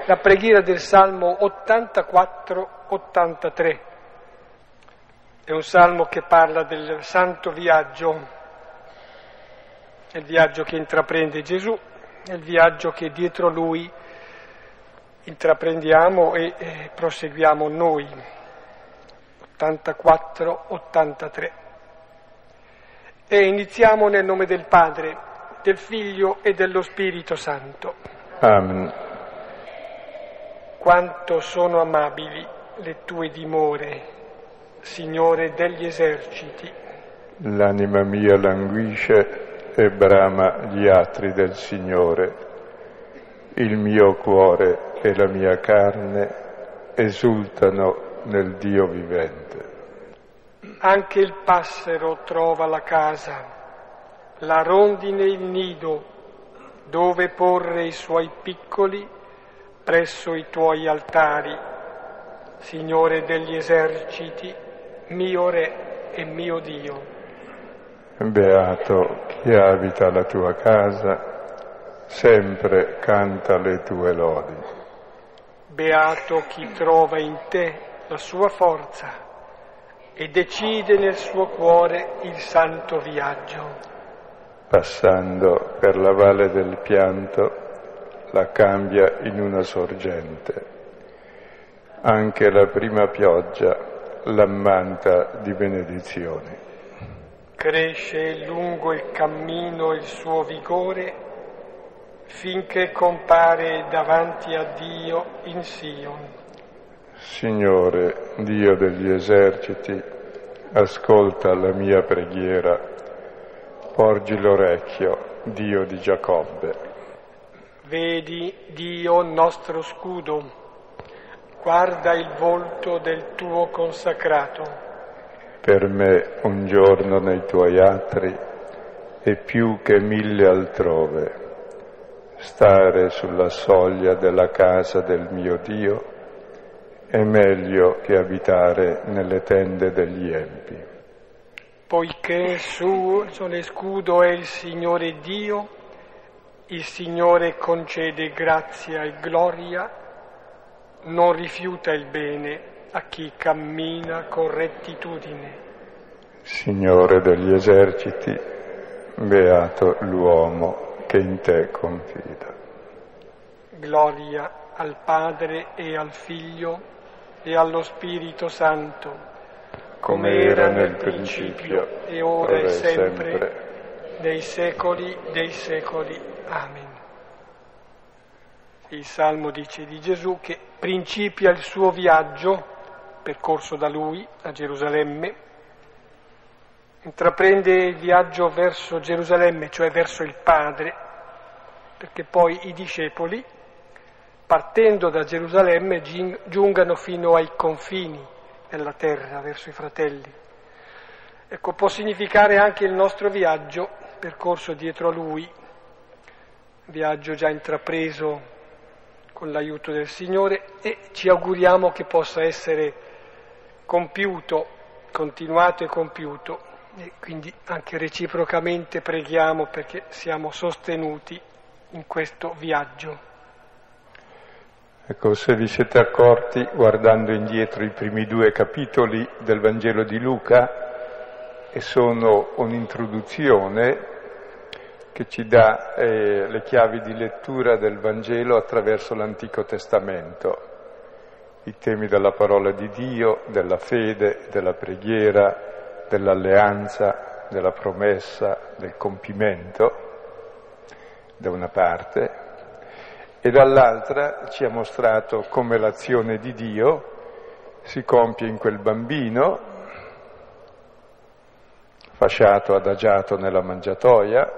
la preghiera del Salmo 84-83. È un salmo che parla del santo viaggio, è il viaggio che intraprende Gesù, è il viaggio che dietro Lui intraprendiamo e proseguiamo noi. 84-83. E iniziamo nel nome del Padre, del Figlio e dello Spirito Santo. Amen. Quanto sono amabili le tue dimore, Signore degli eserciti. L'anima mia languisce e brama gli attri del Signore. Il mio cuore e la mia carne esultano nel Dio vivente. Anche il passero trova la casa, la rondine il nido, dove porre i suoi piccoli presso i tuoi altari, Signore degli eserciti, mio Re e mio Dio. Beato chi abita la tua casa, sempre canta le tue lodi. Beato chi trova in te la sua forza e decide nel suo cuore il santo viaggio. Passando per la valle del pianto, la cambia in una sorgente. Anche la prima pioggia l'ammanta di benedizioni. Cresce lungo il cammino il suo vigore, finché compare davanti a Dio in Sion. Signore, Dio degli eserciti, ascolta la mia preghiera. Porgi l'orecchio, Dio di Giacobbe. Vedi, Dio nostro scudo, guarda il volto del tuo consacrato. Per me un giorno nei tuoi attri è più che 1000 altrove. Stare sulla soglia della casa del mio Dio è meglio che abitare nelle tende degli empi. Poiché suo scudo è il Signore Dio, il Signore concede grazia e gloria, non rifiuta il bene a chi cammina con rettitudine. Signore degli eserciti, beato l'uomo che in te confida. Gloria al Padre e al Figlio e allo Spirito Santo, come era nel principio e ora e sempre, nei secoli dei secoli. Amen. Il Salmo dice di Gesù che principia il suo viaggio, percorso da lui a Gerusalemme, intraprende il viaggio verso Gerusalemme, cioè verso il Padre, perché poi i discepoli, partendo da Gerusalemme, giungano fino ai confini della terra, verso i fratelli. Ecco, può significare anche il nostro viaggio, percorso dietro a lui, viaggio già intrapreso con l'aiuto del Signore, e ci auguriamo che possa essere compiuto, continuato e compiuto, e quindi anche reciprocamente preghiamo perché siamo sostenuti in questo viaggio. Ecco, se vi siete accorti, guardando indietro i primi 2 capitoli del Vangelo di Luca, e sono un'introduzione che ci dà le chiavi di lettura del Vangelo attraverso l'Antico Testamento, i temi della parola di Dio, della fede, della preghiera, dell'alleanza, della promessa, del compimento, da una parte, e dall'altra ci ha mostrato come l'azione di Dio si compie in quel bambino, fasciato, adagiato nella mangiatoia.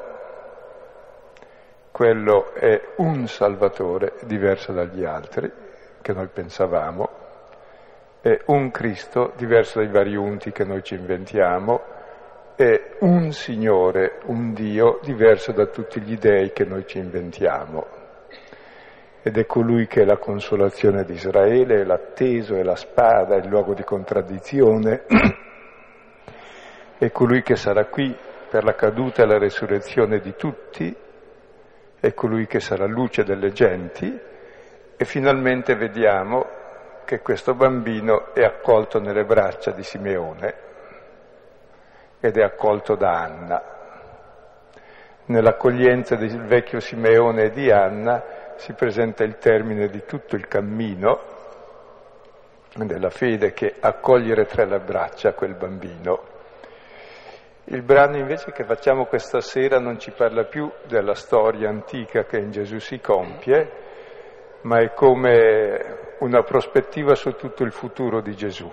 Quello è un Salvatore diverso dagli altri, che noi pensavamo, è un Cristo diverso dai vari unti che noi ci inventiamo, è un Signore, un Dio diverso da tutti gli dei che noi ci inventiamo. Ed è colui che è la consolazione di Israele, è l'atteso, è la spada, è il luogo di contraddizione, è colui che sarà qui per la caduta e la resurrezione di tutti, è colui che sarà luce delle genti, E finalmente vediamo che questo bambino è accolto nelle braccia di Simeone ed è accolto da Anna. Nell'accoglienza del vecchio Simeone e di Anna si presenta il termine di tutto il cammino della fede, che accogliere tra le braccia quel bambino. Il brano invece che facciamo questa sera non ci parla più della storia antica che in Gesù si compie, ma è come una prospettiva su tutto il futuro di Gesù.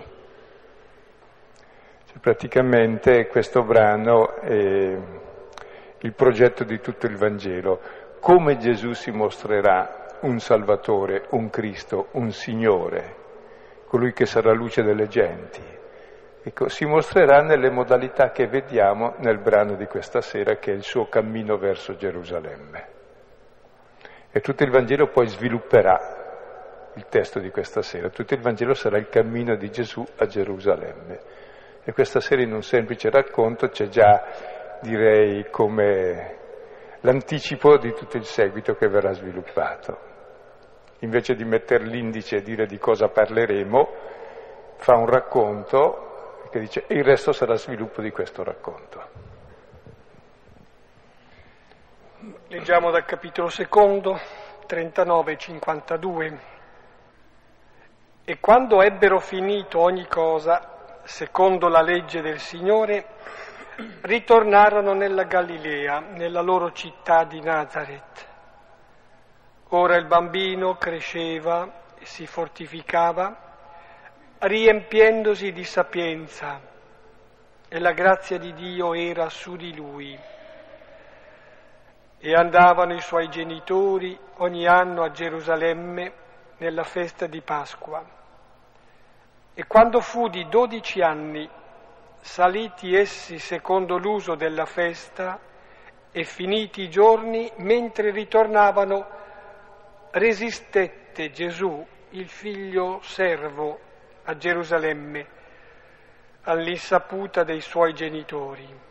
Cioè, praticamente questo brano è il progetto di tutto il Vangelo, come Gesù si mostrerà un Salvatore, un Cristo, un Signore, colui che sarà luce delle genti. Ecco, si mostrerà nelle modalità che vediamo nel brano di questa sera, che è il suo cammino verso Gerusalemme. E tutto il Vangelo poi svilupperà il testo di questa sera. Tutto il Vangelo sarà il cammino di Gesù a Gerusalemme. E questa sera in un semplice racconto c'è già, direi, come l'anticipo di tutto il seguito che verrà sviluppato. Invece di mettere l'indice e dire di cosa parleremo, fa un racconto che dice e il resto sarà sviluppo di questo racconto. Leggiamo dal capitolo 2, 39 e 52. E quando ebbero finito ogni cosa, secondo la legge del Signore, ritornarono nella Galilea, nella loro città di Nazaret. Ora il bambino cresceva e si fortificava, riempiendosi di sapienza, e la grazia di Dio era su di lui. E andavano i suoi genitori ogni anno a Gerusalemme nella festa di Pasqua. E quando fu di 12 anni, saliti essi secondo l'uso della festa, e finiti i giorni, mentre ritornavano, resistette Gesù, il figlio servo, a Gerusalemme, all'insaputa dei suoi genitori.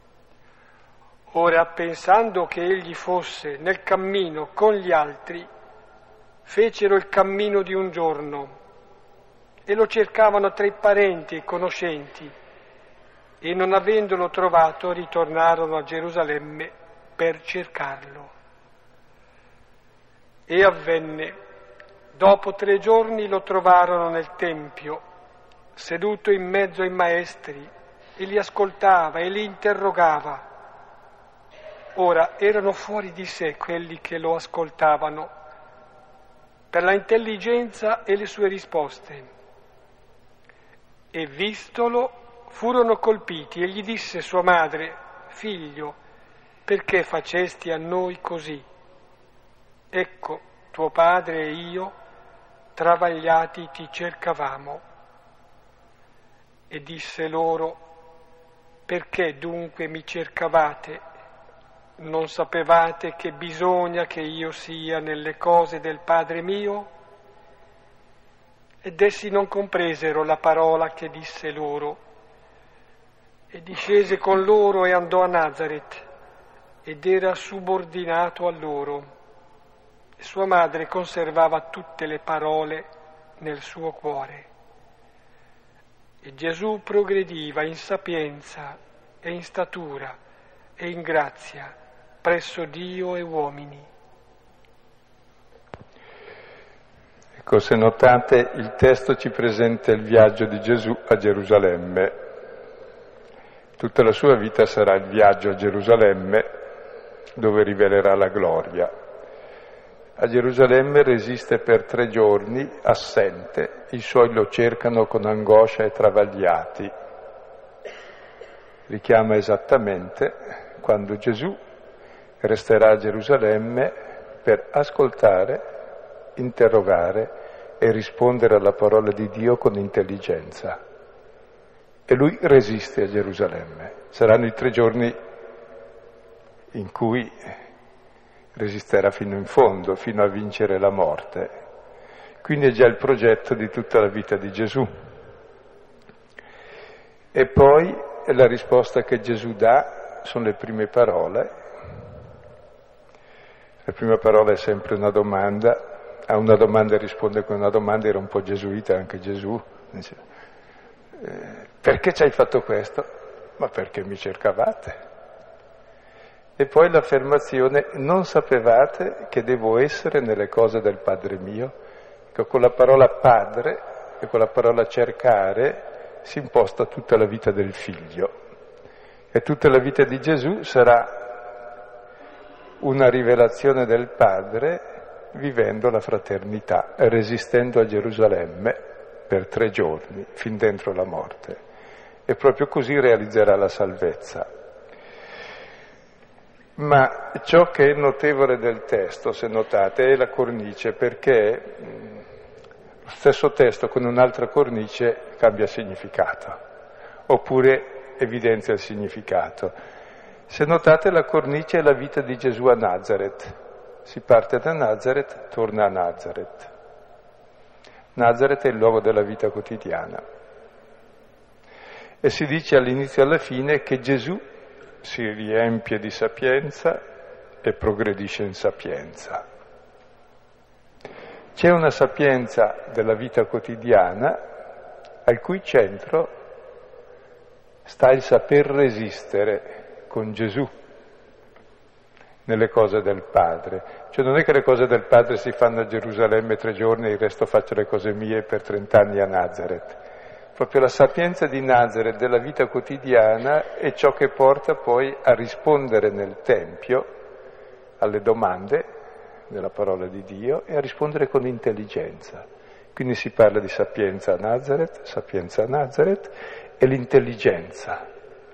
Ora, pensando che egli fosse nel cammino con gli altri, fecero il cammino di un giorno e lo cercavano tra i parenti e conoscenti, e non avendolo trovato ritornarono a Gerusalemme per cercarlo. E avvenne, dopo 3 giorni lo trovarono nel Tempio, seduto in mezzo ai maestri, e li ascoltava e li interrogava. Ora erano fuori di sé quelli che lo ascoltavano, per la intelligenza e le sue risposte. E vistolo, furono colpiti, e gli disse sua madre: figlio, perché facesti a noi così? Ecco, tuo padre e io, travagliati, ti cercavamo. E disse loro: perché dunque mi cercavate? Non sapevate che bisogna che io sia nelle cose del Padre mio? Ed essi non compresero la parola che disse loro. E discese con loro e andò a Nazaret, ed era subordinato a loro. E sua madre conservava tutte le parole nel suo cuore. E Gesù progrediva in sapienza e in statura e in grazia presso Dio e uomini. Ecco, se notate, il testo ci presenta il viaggio di Gesù a Gerusalemme. Tutta la sua vita sarà il viaggio a Gerusalemme, dove rivelerà la gloria. A Gerusalemme resiste per 3 giorni, assente, i suoi lo cercano con angoscia e travagliati. Richiama esattamente quando Gesù resterà a Gerusalemme per ascoltare, interrogare e rispondere alla parola di Dio con intelligenza. E lui resiste a Gerusalemme. Saranno i 3 giorni in cui resisterà fino in fondo, fino a vincere la morte. Quindi è già il progetto di tutta la vita di Gesù. E poi la risposta che Gesù dà sono le prime parole. La prima parola è sempre una domanda: a una domanda e risponde con una domanda, era un po' gesuita anche Gesù, dice, perché ci hai fatto questo? Ma perché mi cercavate? E poi l'affermazione, non sapevate che devo essere nelle cose del Padre mio? Che con la parola Padre e con la parola cercare si imposta tutta la vita del Figlio. E tutta la vita di Gesù sarà una rivelazione del Padre vivendo la fraternità, resistendo a Gerusalemme per 3 giorni, fin dentro la morte. E proprio così realizzerà la salvezza. Ma ciò che è notevole del testo, se notate, è la cornice, perché lo stesso testo con un'altra cornice cambia significato, oppure evidenzia il significato. Se notate, la cornice è la vita di Gesù a Nazareth. Si parte da Nazareth, torna a Nazareth. Nazareth è il luogo della vita quotidiana. E si dice all'inizio e alla fine che Gesù si riempie di sapienza e progredisce in sapienza. C'è una sapienza della vita quotidiana al cui centro sta il saper resistere con Gesù nelle cose del Padre. Cioè non è che le cose del Padre si fanno a Gerusalemme 3 giorni e il resto faccio le cose mie per 30 anni a Nazareth. Proprio la sapienza di Nazareth della vita quotidiana è ciò che porta poi a rispondere nel Tempio alle domande della parola di Dio e a rispondere con intelligenza. Quindi si parla di sapienza a Nazareth e l'intelligenza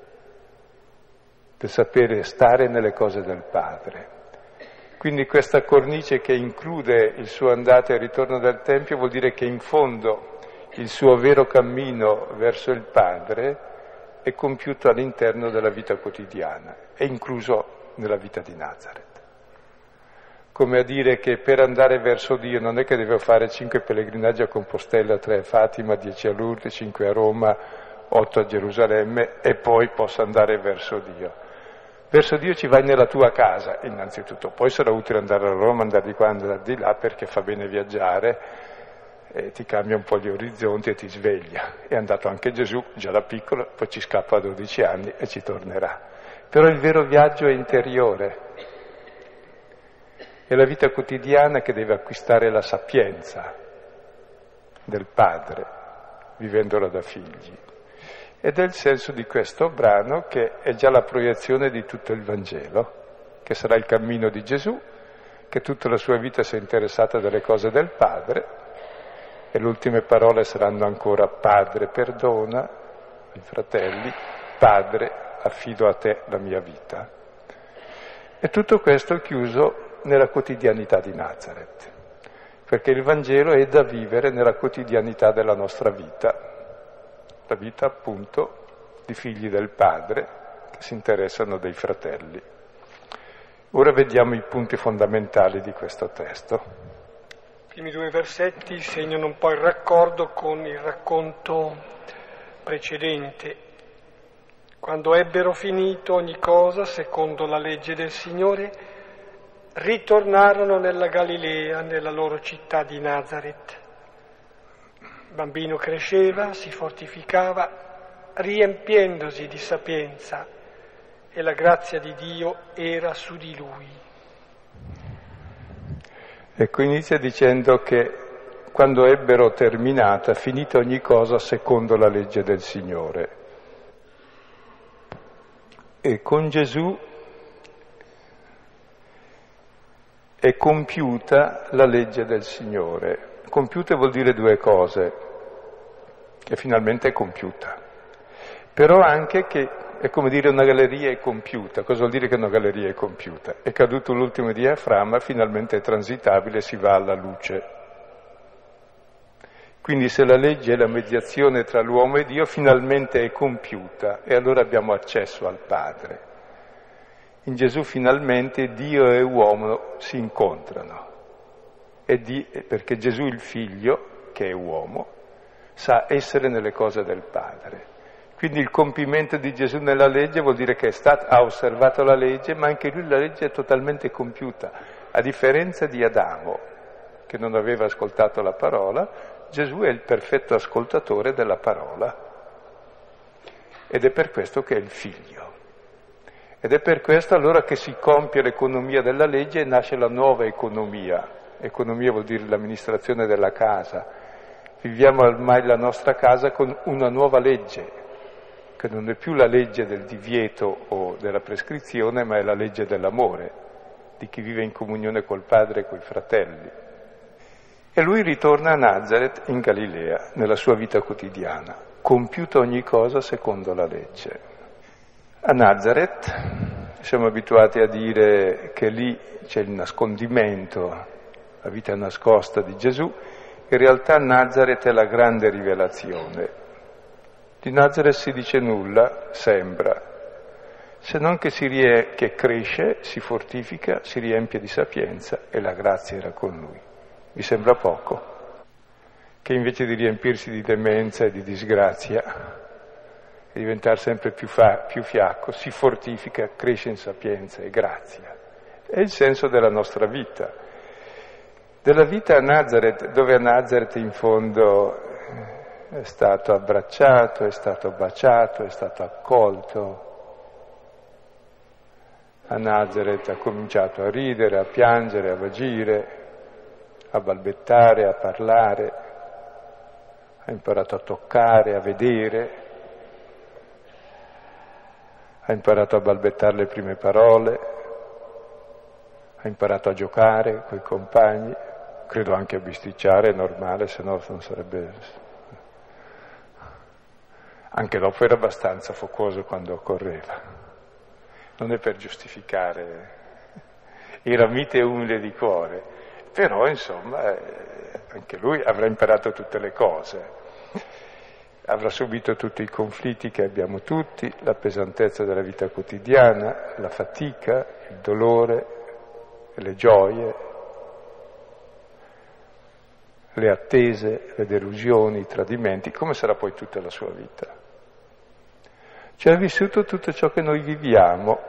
del sapere stare nelle cose del Padre. Quindi questa cornice che include il suo andata e ritorno dal Tempio vuol dire che in fondo il suo vero cammino verso il Padre è compiuto all'interno della vita quotidiana, è incluso nella vita di Nazareth. Come a dire che per andare verso Dio non è che devo fare 5 pellegrinaggi a Compostela, 3 a Fatima, 10 a Lourdes, 5 a Roma, 8 a Gerusalemme e poi posso andare verso Dio. Verso Dio ci vai nella tua casa, innanzitutto, poi sarà utile andare a Roma, andare di qua, andare di là, perché fa bene viaggiare, ti cambia un po' gli orizzonti e ti sveglia. È andato anche Gesù, già da piccolo, poi ci scappa a 12 anni e ci tornerà. Però il vero viaggio è interiore, è la vita quotidiana che deve acquistare la sapienza del Padre, vivendola da figli. Ed è il senso di questo brano che è già la proiezione di tutto il Vangelo, che sarà il cammino di Gesù, che tutta la sua vita si è interessata delle cose del Padre, e le ultime parole saranno ancora: Padre, perdona i fratelli, Padre, affido a te la mia vita. E tutto questo chiuso nella quotidianità di Nazareth, perché il Vangelo è da vivere nella quotidianità della nostra vita, la vita appunto di figli del Padre che si interessano dei fratelli. Ora vediamo i punti fondamentali di questo testo. I primi 2 versetti segnano un po' il raccordo con il racconto precedente. Quando ebbero finito ogni cosa, secondo la legge del Signore, ritornarono nella Galilea, nella loro città di Nazareth. Il bambino cresceva, si fortificava, riempiendosi di sapienza, e la grazia di Dio era su di lui. Ecco, inizia dicendo che quando ebbero terminata, finita ogni cosa secondo la legge del Signore. E con Gesù è compiuta la legge del Signore. Compiuta vuol dire 2 cose, che finalmente è compiuta, però anche che è come dire una galleria è compiuta. Cosa vuol dire che una galleria è compiuta? È caduto l'ultimo diaframma, finalmente è transitabile, si va alla luce. Quindi se la legge è la mediazione tra l'uomo e Dio, finalmente è compiuta e allora abbiamo accesso al Padre. In Gesù finalmente Dio e uomo si incontrano, perché Gesù il Figlio, che è uomo, sa essere nelle cose del Padre. Quindi il compimento di Gesù nella legge vuol dire che ha osservato la legge, ma anche lui la legge è totalmente compiuta, a differenza di Adamo. che non aveva ascoltato la parola, Gesù è il perfetto ascoltatore della parola. Ed è per questo che è il figlio. Ed è per questo allora che si compie l'economia della legge e nasce la nuova economia. Economia vuol dire l'amministrazione della casa. Viviamo ormai la nostra casa con una nuova legge, che non è più la legge del divieto o della prescrizione, ma è la legge dell'amore, di chi vive in comunione col Padre e coi fratelli. E lui ritorna a Nazareth in Galilea, nella sua vita quotidiana, compiuta ogni cosa secondo la legge. A Nazareth siamo abituati a dire che lì c'è il nascondimento, la vita nascosta di Gesù. In realtà Nazareth è la grande rivelazione. Di Nazareth si dice nulla, sembra, se non che che cresce, si fortifica, si riempie di sapienza e la grazia era con lui. Vi sembra poco? Che invece di riempirsi di demenza e di disgrazia e diventare sempre più fiacco, si fortifica, cresce in sapienza e grazia. È il senso della nostra vita. Della vita a Nazareth, dove a Nazareth in fondo è stato abbracciato, è stato baciato, è stato accolto. A Nazareth ha cominciato a ridere, a piangere, a vagire, a balbettare, a parlare, ha imparato a toccare, a vedere, ha imparato a balbettare le prime parole, ha imparato a giocare coi compagni, credo anche a bisticciare, è normale, se no non sarebbe... Anche dopo era abbastanza focoso quando correva. Non è per giustificare, era mite e umile di cuore, però insomma anche lui avrà imparato tutte le cose, avrà subito tutti i conflitti che abbiamo tutti, la pesantezza della vita quotidiana, la fatica, il dolore, le gioie, le attese, le delusioni, i tradimenti, come sarà poi tutta la sua vita. Cioè ha vissuto tutto ciò che noi viviamo.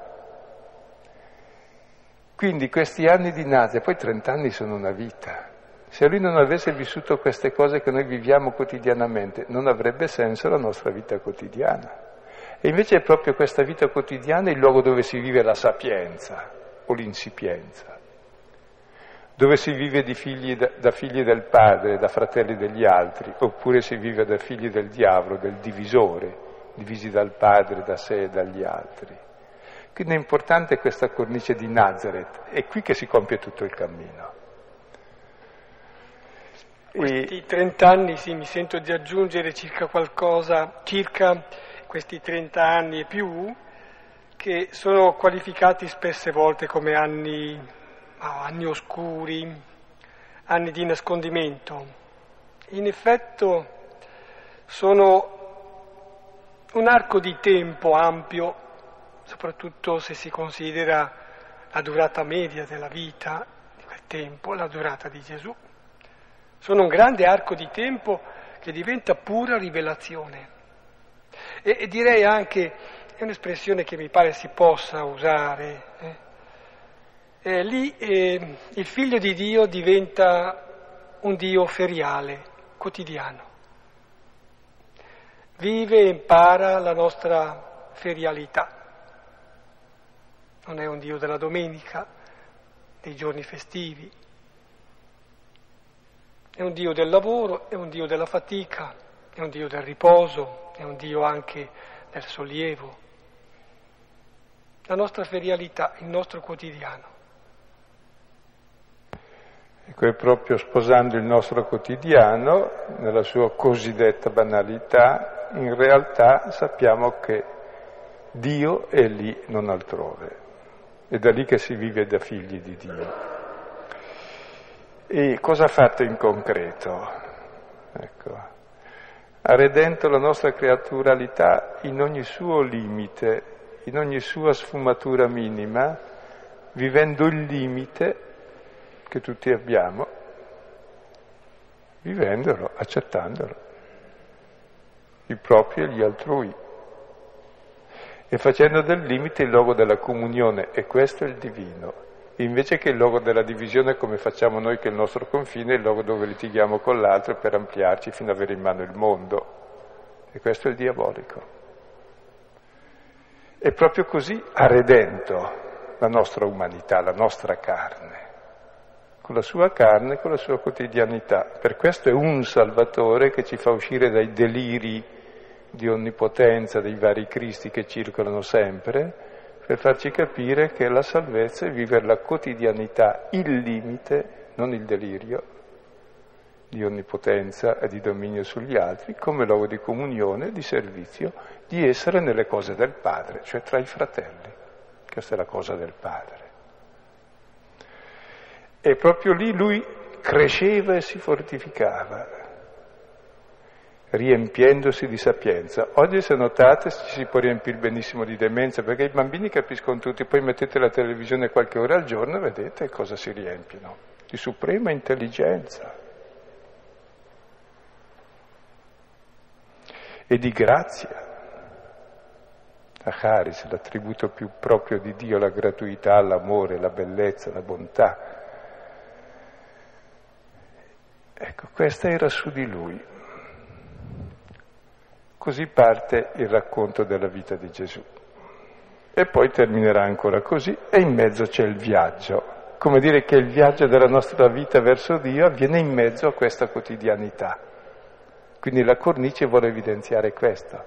Quindi questi anni di Nazareth, poi 30 anni sono una vita. Se lui non avesse vissuto queste cose che noi viviamo quotidianamente, non avrebbe senso la nostra vita quotidiana. E invece è proprio questa vita quotidiana il luogo dove si vive la sapienza o l'insipienza, dove si vive da figli del Padre, da fratelli degli altri, oppure si vive da figli del diavolo, del divisore, divisi dal Padre, da sé e dagli altri. Quindi è importante questa cornice di Nazareth, è qui che si compie tutto il cammino. Questi 30 anni, sì, mi sento di aggiungere circa questi 30 anni e più, che sono qualificati spesse volte come anni oscuri, anni di nascondimento. In effetti sono un arco di tempo ampio, soprattutto se si considera la durata media della vita di quel tempo, la durata di Gesù. Sono un grande arco di tempo che diventa pura rivelazione. E direi anche, è un'espressione che mi pare si possa usare, lì il figlio di Dio diventa un Dio feriale, quotidiano. Vive e impara la nostra ferialità. Non è un Dio della domenica, dei giorni festivi. È un Dio del lavoro, è un Dio della fatica, è un Dio del riposo, è un Dio anche del sollievo. La nostra ferialità, il nostro quotidiano. Ecco, è proprio sposando il nostro quotidiano, nella sua cosiddetta banalità, in realtà sappiamo che Dio è lì, non altrove. È da lì che si vive da figli di Dio. E cosa ha fatto in concreto? Ecco, ha redento la nostra creaturalità in ogni suo limite, in ogni sua sfumatura minima, vivendo il limite che tutti abbiamo, vivendolo, accettandolo, i propri e gli altrui, e facendo del limite il luogo della comunione, e questo è il divino. invece che il luogo della divisione come facciamo noi, che è il nostro confine, è il luogo dove litighiamo con l'altro per ampliarci fino ad avere in mano il mondo. E questo è il diabolico. E proprio così ha redento la nostra umanità, la nostra carne, con la sua carne, con la sua quotidianità. Per questo è un Salvatore che ci fa uscire dai deliri di onnipotenza dei vari Cristi che circolano sempre, per farci capire che la salvezza è vivere la quotidianità, il limite, non il delirio, di onnipotenza e di dominio sugli altri, come luogo di comunione, di servizio, di essere nelle cose del Padre, cioè tra i fratelli. Questa è la cosa del Padre. E proprio lì lui cresceva e si fortificava, riempiendosi di sapienza. Oggi, se notate, ci si può riempire benissimo di demenza, perché i bambini capiscono tutti, poi mettete la televisione qualche ora al giorno e vedete cosa si riempiono, di suprema intelligenza e di grazia. La charis, l'attributo più proprio di Dio, la gratuità, l'amore, la bellezza, la bontà. Ecco, questa era su di lui. Così parte il racconto della vita di Gesù. E poi terminerà ancora così, e in mezzo c'è il viaggio. Come dire che il viaggio della nostra vita verso Dio avviene in mezzo a questa quotidianità. Quindi la cornice vuole evidenziare questo.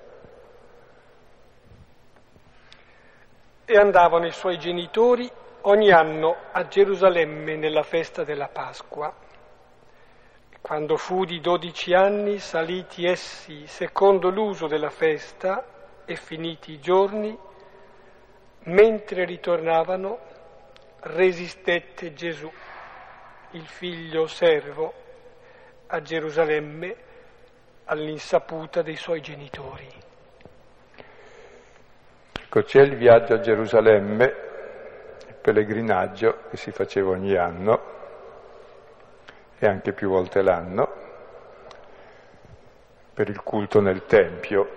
E andavano i suoi genitori ogni anno a Gerusalemme nella festa della Pasqua. Quando fu di 12 anni, saliti essi secondo l'uso della festa e finiti i giorni, mentre ritornavano, resistette Gesù, il figlio servo, a Gerusalemme all'insaputa dei suoi genitori. Ecco, c'è il viaggio a Gerusalemme, il pellegrinaggio che si faceva ogni anno e anche più volte l'anno per il culto nel Tempio.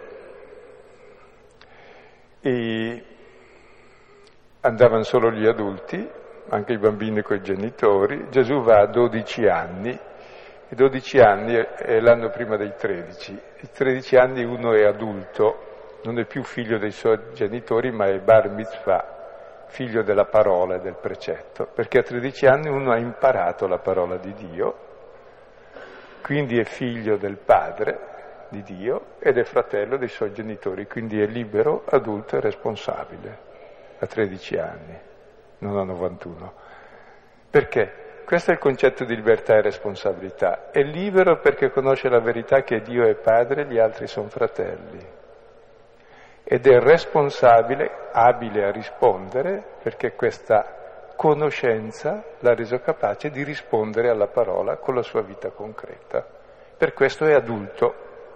E andavano solo gli adulti, anche i bambini coi genitori. Gesù va a 12 anni, i 12 anni è l'anno prima dei 13. I 13 anni uno è adulto, non è più figlio dei suoi genitori, ma è bar mitzvah, figlio della parola e del precetto, perché a 13 anni uno ha imparato la parola di Dio, quindi è figlio del Padre di Dio ed è fratello dei suoi genitori, quindi è libero, adulto e responsabile a 13 anni, non a 91. Perché? Questo è il concetto di libertà e responsabilità. È libero perché conosce la verità che Dio è Padre e gli altri sono fratelli. Ed è responsabile, abile a rispondere, perché questa conoscenza l'ha reso capace di rispondere alla parola con la sua vita concreta. Per questo è adulto.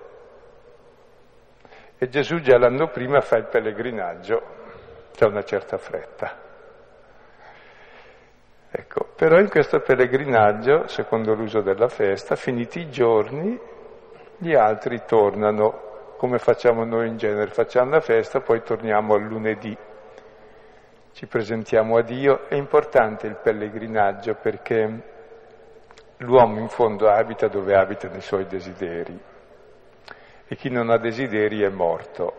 E Gesù già l'anno prima fa il pellegrinaggio, c'ha una certa fretta. Ecco, però in questo pellegrinaggio, secondo l'uso della festa, finiti i giorni, gli altri tornano, come facciamo noi in genere, facciamo la festa, poi torniamo al lunedì, ci presentiamo a Dio. È importante il pellegrinaggio perché l'uomo in fondo abita dove abitano i suoi desideri e chi non ha desideri è morto.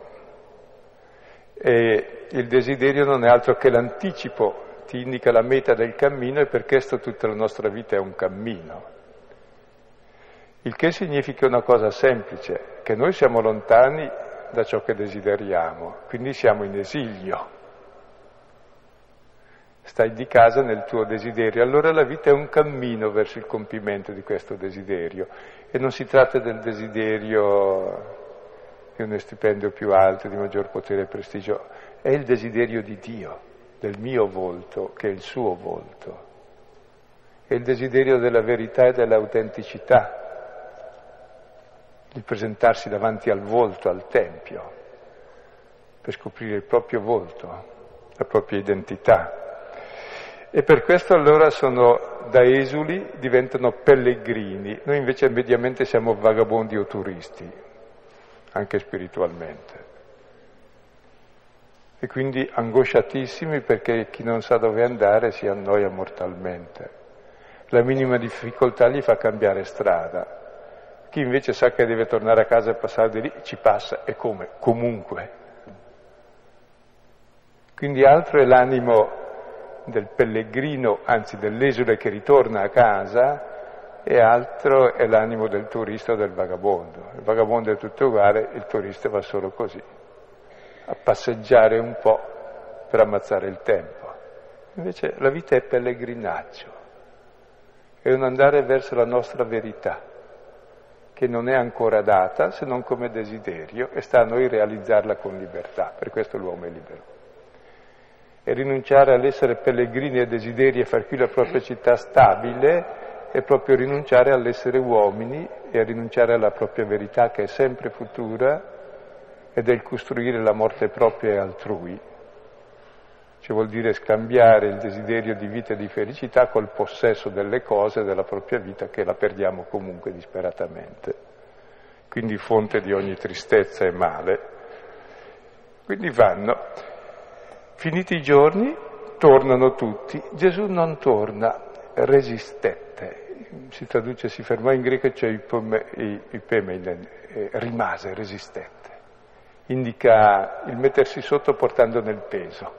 E il desiderio non è altro che l'anticipo, ti indica la meta del cammino e per questo tutta la nostra vita è un cammino. Il che significa una cosa semplice, che noi siamo lontani da ciò che desideriamo, quindi siamo in esilio. Stai di casa nel tuo desiderio, allora la vita è un cammino verso il compimento di questo desiderio. E non si tratta del desiderio di uno stipendio più alto, di maggior potere e prestigio, è il desiderio di Dio, del mio volto, che è il suo volto. È il desiderio della verità e dell'autenticità, di presentarsi davanti al volto, al Tempio, per scoprire il proprio volto, la propria identità. E per questo allora da esuli diventano pellegrini. Noi invece mediamente siamo vagabondi o turisti, anche spiritualmente. e quindi angosciatissimi perché chi non sa dove andare si annoia mortalmente. La minima difficoltà gli fa cambiare strada. Chi invece sa che deve tornare a casa e passare di lì, ci passa, e come? Comunque. Quindi altro è l'animo del pellegrino, anzi dell'esule che ritorna a casa, e altro è l'animo del turista o del vagabondo. Il vagabondo è tutto uguale, il turista va solo così, a passeggiare un po' per ammazzare il tempo. Invece la vita è pellegrinaggio, è un andare verso la nostra verità, che non è ancora data se non come desiderio, e sta a noi realizzarla con libertà, per questo l'uomo è libero. E rinunciare all'essere pellegrini e desideri e far qui la propria città stabile è proprio rinunciare all'essere uomini e a rinunciare alla propria verità, che è sempre futura, ed è il costruire la morte propria e altrui. Cioè vuol dire scambiare il desiderio di vita e di felicità col possesso delle cose della propria vita, che la perdiamo comunque disperatamente. Quindi fonte di ogni tristezza e male. Quindi vanno, finiti i giorni, tornano tutti. Gesù non torna, resistette. Si traduce, si fermò in greco, cioè ipemeinen, rimase, resistette. Indica il mettersi sotto portando nel peso.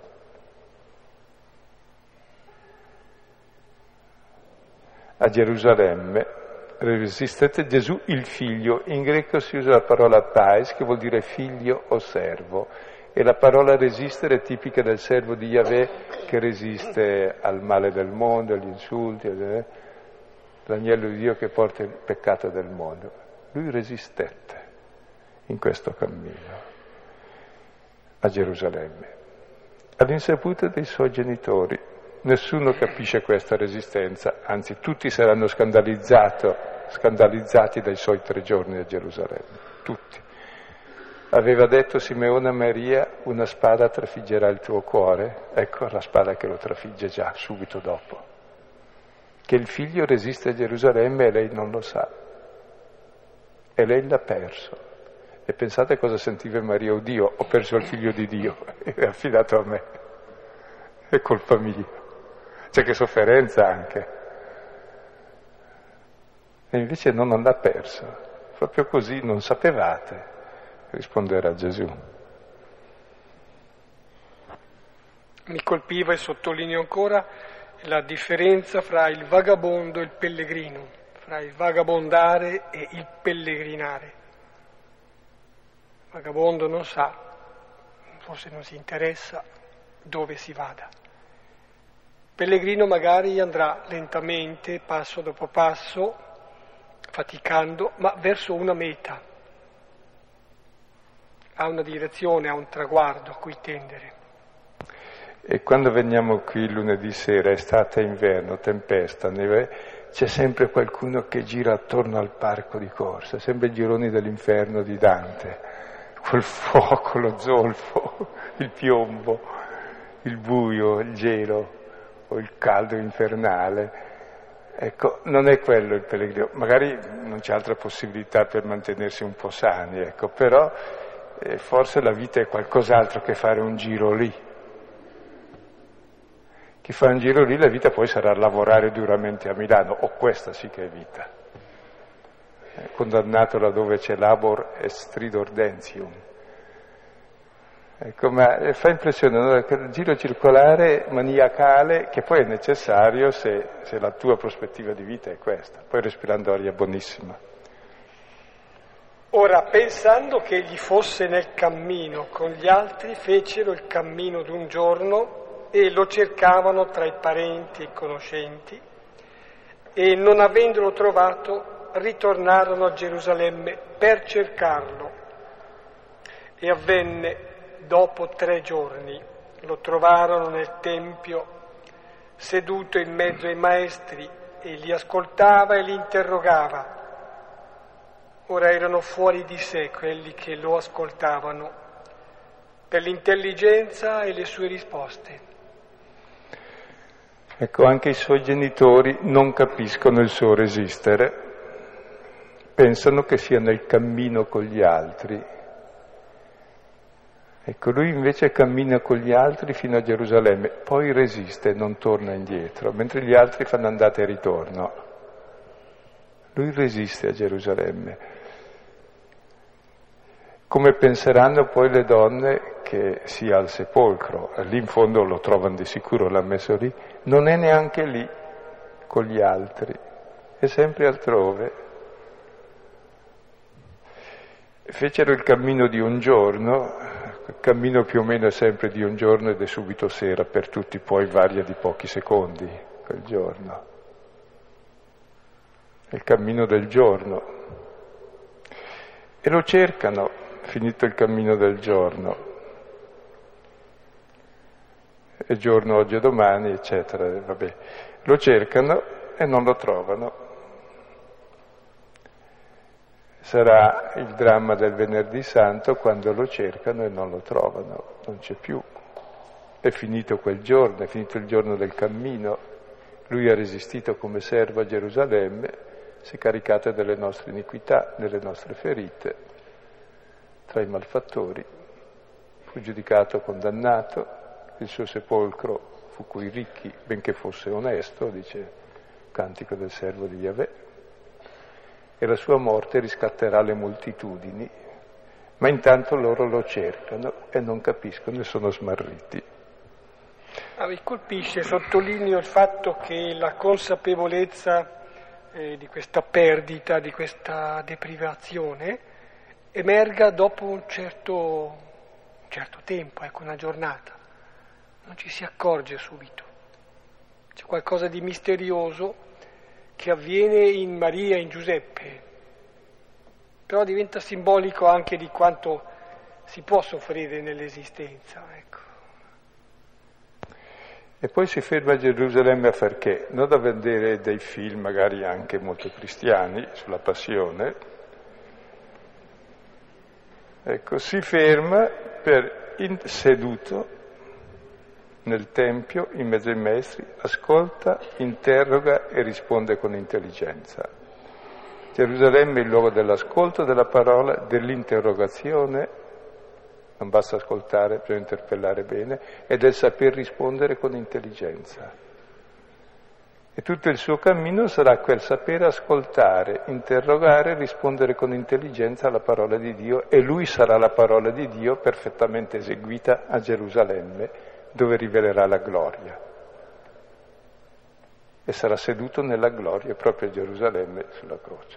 A Gerusalemme resistette Gesù il figlio. In greco si usa la parola pais, che vuol dire figlio o servo, e la parola resistere è tipica del servo di Yahweh che resiste al male del mondo, agli insulti, l'agnello di Dio che porta il peccato del mondo. Lui resistette in questo cammino a Gerusalemme, all'insaputa dei suoi genitori. Nessuno capisce questa resistenza, anzi tutti saranno scandalizzati dai suoi 3 giorni a Gerusalemme, tutti. Aveva detto Simeone a Maria, una spada trafiggerà il tuo cuore, ecco la spada che lo trafigge già, subito dopo. Che il figlio resiste a Gerusalemme e lei non lo sa, e lei l'ha perso. E pensate cosa sentiva Maria: oddio, ho perso il figlio di Dio, è affidato a me, è colpa mia. C'è che sofferenza anche. E invece non l'ha perso. Proprio così, non sapevate, risponderà Gesù. Mi colpiva, e sottolineo ancora, la differenza fra il vagabondo e il pellegrino, fra il vagabondare e il pellegrinare. Il vagabondo non sa, forse non si interessa dove si vada. Pellegrino magari andrà lentamente, passo dopo passo, faticando, ma verso una meta. Ha una direzione, ha un traguardo a cui tendere. E quando veniamo qui lunedì sera, estate, inverno, tempesta, neve, c'è sempre qualcuno che gira attorno al parco di corsa, sempre i gironi dell'inferno di Dante, quel fuoco, lo zolfo, il piombo, il buio, il gelo, o il caldo infernale. Ecco, non è quello il pellegrino, magari non c'è altra possibilità per mantenersi un po' sani, ecco, però forse la vita è qualcos'altro che fare un giro lì. Chi fa un giro lì, la vita poi sarà lavorare duramente a Milano, o questa sì che è vita. Condannato laddove c'è labor et stridor dentium. Ecco, ma fa impressione, no? Il giro circolare maniacale che poi è necessario se la tua prospettiva di vita è questa, poi respirando aria buonissima. Ora, pensando che egli fosse nel cammino con gli altri, fecero il cammino d'un giorno e lo cercavano tra i parenti e conoscenti, e non avendolo trovato ritornarono a Gerusalemme per cercarlo. E avvenne, dopo 3 giorni, lo trovarono nel Tempio, seduto in mezzo ai maestri, e li ascoltava e li interrogava. Ora erano fuori di sé quelli che lo ascoltavano, per l'intelligenza e le sue risposte. Ecco, anche i suoi genitori non capiscono il suo resistere, pensano che sia nel cammino con gli altri. Ecco, lui invece cammina con gli altri fino a Gerusalemme, poi resiste, non torna indietro, mentre gli altri fanno andata e ritorno. Lui resiste a Gerusalemme. Come penseranno poi le donne che sia al sepolcro, lì in fondo lo trovano di sicuro, l'ha messo lì, non è neanche lì con gli altri, è sempre altrove. Fecero il cammino di un giorno, il cammino più o meno è sempre di un giorno ed è subito sera, per tutti poi varia di pochi secondi quel giorno. È il cammino del giorno. E lo cercano, finito il cammino del giorno. È giorno oggi e domani, eccetera, vabbè. Lo cercano e non lo trovano. Sarà il dramma del Venerdì Santo quando lo cercano e non lo trovano, non c'è più. È finito quel giorno, è finito il giorno del cammino. Lui ha resistito come servo a Gerusalemme, si è caricato delle nostre iniquità, delle nostre ferite, tra i malfattori. Fu giudicato, condannato, il suo sepolcro fu coi ricchi, benché fosse onesto, dice il cantico del servo di Yahweh. E la sua morte riscatterà le moltitudini, ma intanto loro lo cercano e non capiscono e sono smarriti. Mi colpisce, sottolineo il fatto che la consapevolezza di questa perdita, di questa deprivazione, emerga dopo un certo tempo, una giornata. Non ci si accorge subito. C'è qualcosa di misterioso che avviene in Maria e in Giuseppe, però diventa simbolico anche di quanto si può soffrire nell'esistenza, ecco. E poi si ferma a Gerusalemme a far che? Non da vedere dei film, magari anche molto cristiani, sulla passione. Ecco, si ferma seduto nel Tempio, in mezzo ai maestri, ascolta, interroga e risponde con intelligenza. Gerusalemme è il luogo dell'ascolto della parola, dell'interrogazione, non basta ascoltare, bisogna interpellare bene, e del saper rispondere con intelligenza. E tutto il suo cammino sarà quel sapere ascoltare, interrogare, rispondere con intelligenza alla parola di Dio, e lui sarà la parola di Dio perfettamente eseguita a Gerusalemme, dove rivelerà la gloria. E sarà seduto nella gloria proprio a Gerusalemme sulla croce.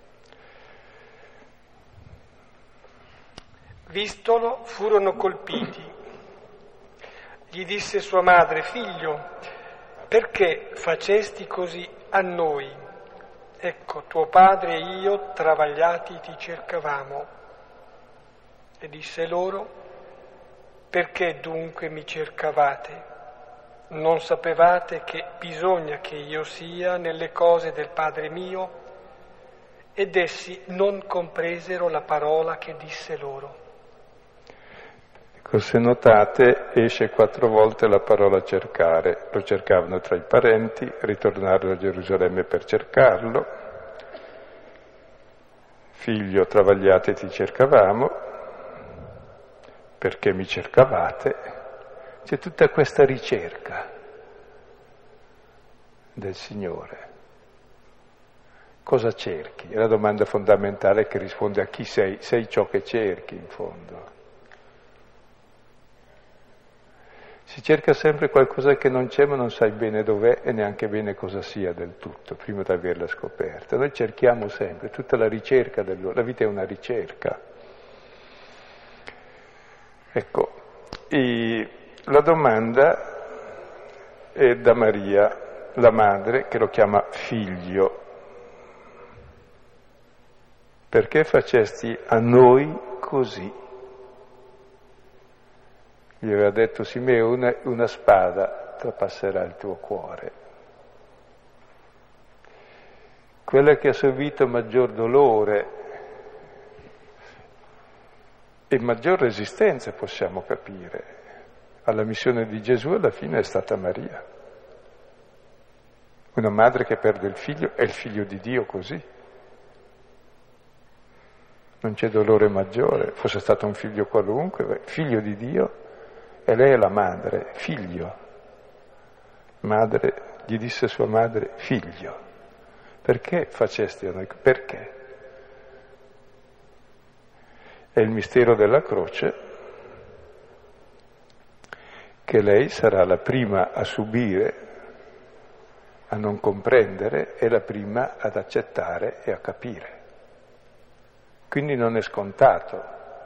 Vistolo, furono colpiti. Gli disse sua madre: figlio, perché facesti così a noi? Ecco, tuo padre e io, travagliati, ti cercavamo. E disse loro: perché dunque mi cercavate? Non sapevate che bisogna che io sia nelle cose del Padre mio? Ed essi non compresero la parola che disse loro. Ecco, se notate, esce 4 volte la parola cercare. Lo cercavano tra i parenti, ritornarono a Gerusalemme per cercarlo. Figlio, travagliate ti cercavamo. Perché mi cercavate? C'è tutta questa ricerca del Signore. Cosa cerchi? È la domanda fondamentale che risponde a chi sei. Sei ciò che cerchi, in fondo. Si cerca sempre qualcosa che non c'è, ma non sai bene dov'è e neanche bene cosa sia del tutto, prima di averla scoperta. Noi cerchiamo sempre, tutta la ricerca la vita è una ricerca. Ecco, la domanda è da Maria, la madre, che lo chiama figlio. Perché facesti a noi così? Gli aveva detto Simeone: una spada trapasserà il tuo cuore. Quella che ha subito maggior dolore e maggior resistenza, possiamo capire, alla missione di Gesù alla fine è stata Maria. Una madre che perde il figlio è il figlio di Dio così. Non c'è dolore maggiore, fosse stato un figlio qualunque, figlio di Dio, e lei è la madre, figlio. Madre, gli disse sua madre, figlio. Perché facesti a noi? Perché? È il mistero della croce che lei sarà la prima a subire, a non comprendere, e la prima ad accettare e a capire. Quindi non è scontato.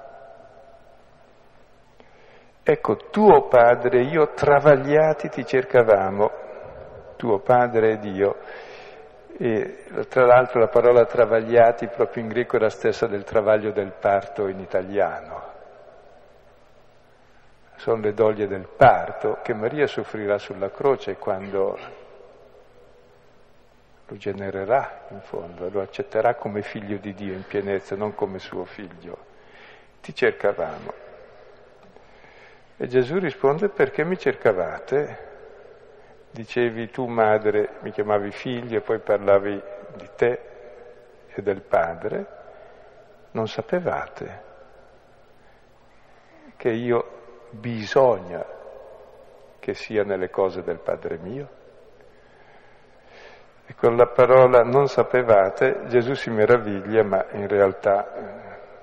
Ecco, tuo padre e io travagliati ti cercavamo, tuo padre ed io. E tra l'altro la parola travagliati proprio in greco è la stessa del travaglio del parto in italiano. Sono le doglie del parto che Maria soffrirà sulla croce quando lo genererà in fondo, lo accetterà come figlio di Dio in pienezza, non come suo figlio. Ti cercavamo. E Gesù risponde: perché mi cercavate? Dicevi tu madre, mi chiamavi figlio e poi parlavi di te e del Padre. Non sapevate che io bisogna che sia nelle cose del Padre mio? E con la parola non sapevate Gesù si meraviglia, ma in realtà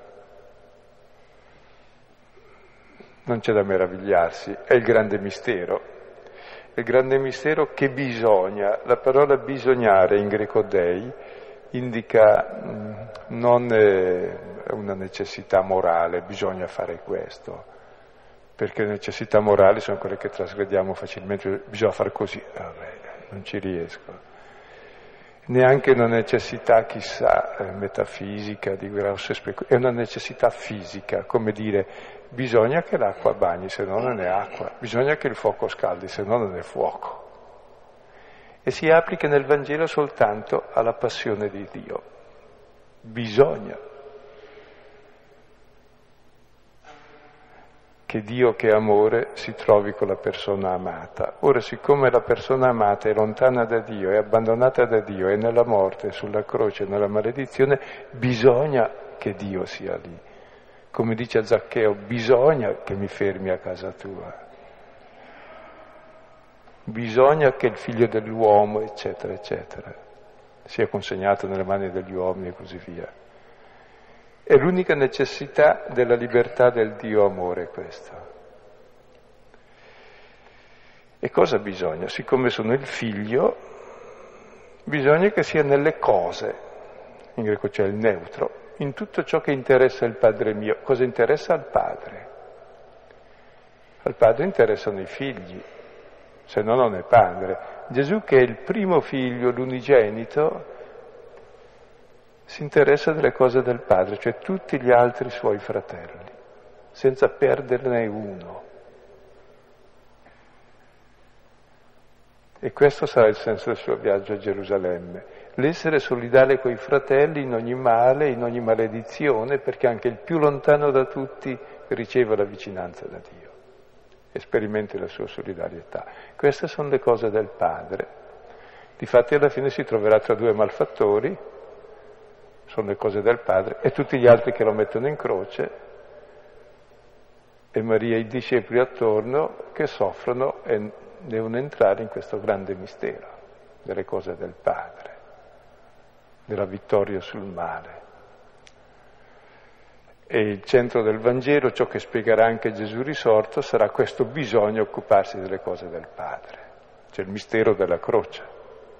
non c'è da meravigliarsi, è il grande mistero. Il grande mistero che bisogna, la parola bisognare in greco dei indica non una necessità morale, bisogna fare questo, perché le necessità morali sono quelle che trasgrediamo facilmente, bisogna fare così, non ci riesco. Neanche una necessità, chissà, metafisica, di grosse speculazioni, è una necessità fisica, come dire, bisogna che l'acqua bagni, se no non è acqua, bisogna che il fuoco scaldi, se no non è fuoco. E si applica nel Vangelo soltanto alla passione di Dio. Bisogna che Dio, che è amore, si trovi con la persona amata. Ora, siccome la persona amata è lontana da Dio, è abbandonata da Dio, è nella morte, sulla croce, nella maledizione, bisogna che Dio sia lì. Come dice a Zaccheo, bisogna che mi fermi a casa tua. Bisogna che il figlio dell'uomo, eccetera, eccetera, sia consegnato nelle mani degli uomini e così via. È l'unica necessità della libertà del Dio amore questo. E cosa bisogna? Siccome sono il figlio, bisogna che sia nelle cose, in greco c'è il neutro, in tutto ciò che interessa il Padre mio. Cosa interessa al Padre? Al Padre interessano i figli, se no non è Padre. Gesù, che è il primo figlio, l'unigenito, si interessa delle cose del Padre, cioè tutti gli altri suoi fratelli, senza perderne uno. E questo sarà il senso del suo viaggio a Gerusalemme, l'essere solidale coi fratelli in ogni male, in ogni maledizione, perché anche il più lontano da tutti riceva la vicinanza da Dio e sperimenti la sua solidarietà. Queste sono le cose del Padre. Difatti alla fine si troverà tra due malfattori, sono le cose del Padre, e tutti gli altri che lo mettono in croce, e Maria e i discepoli attorno che soffrono e devono entrare in questo grande mistero delle cose del Padre, della vittoria sul male. E il centro del Vangelo, ciò che spiegherà anche Gesù risorto, sarà questo bisogno occuparsi delle cose del Padre, cioè il mistero della croce.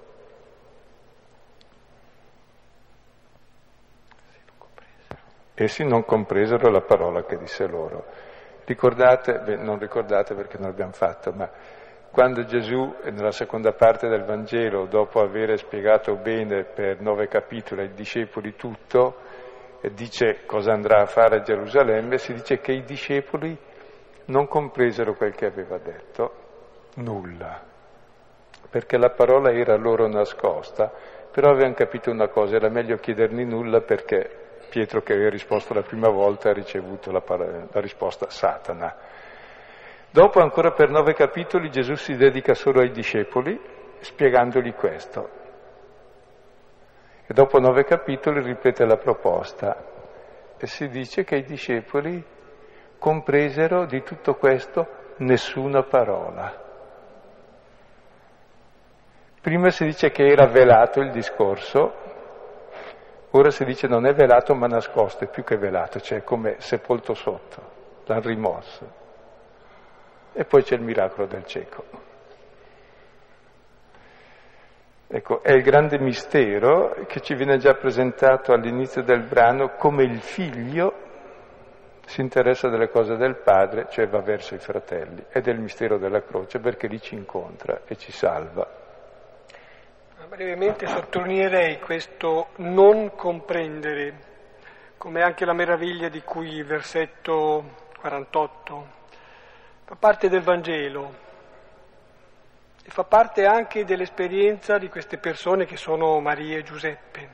Essi non compresero la parola che disse loro. Ricordate, non ricordate perché non l'abbiamo fatto, ma quando Gesù, nella seconda parte del Vangelo, dopo aver spiegato bene per 9 capitoli ai discepoli tutto, dice cosa andrà a fare a Gerusalemme, si dice che i discepoli non compresero quel che aveva detto, nulla, perché la parola era loro nascosta, però avevano capito una cosa, era meglio chiedergli nulla perché Pietro, che aveva risposto la prima volta, ha ricevuto la risposta Satana. Dopo, ancora per 9 capitoli, Gesù si dedica solo ai discepoli, spiegandogli questo. E dopo 9 capitoli ripete la proposta. E si dice che i discepoli compresero di tutto questo nessuna parola. Prima si dice che era velato il discorso, ora si dice non è velato ma nascosto, è più che velato, cioè come sepolto sotto, l'hanno rimosso. E poi c'è il miracolo del cieco. Ecco, è il grande mistero che ci viene già presentato all'inizio del brano, come il figlio si interessa delle cose del padre, cioè va verso i fratelli, ed è il mistero della croce perché lì ci incontra e ci salva. Brevemente sottolineerei questo non comprendere, come anche la meraviglia di cui il versetto 48 fa parte del Vangelo e fa parte anche dell'esperienza di queste persone che sono Maria e Giuseppe.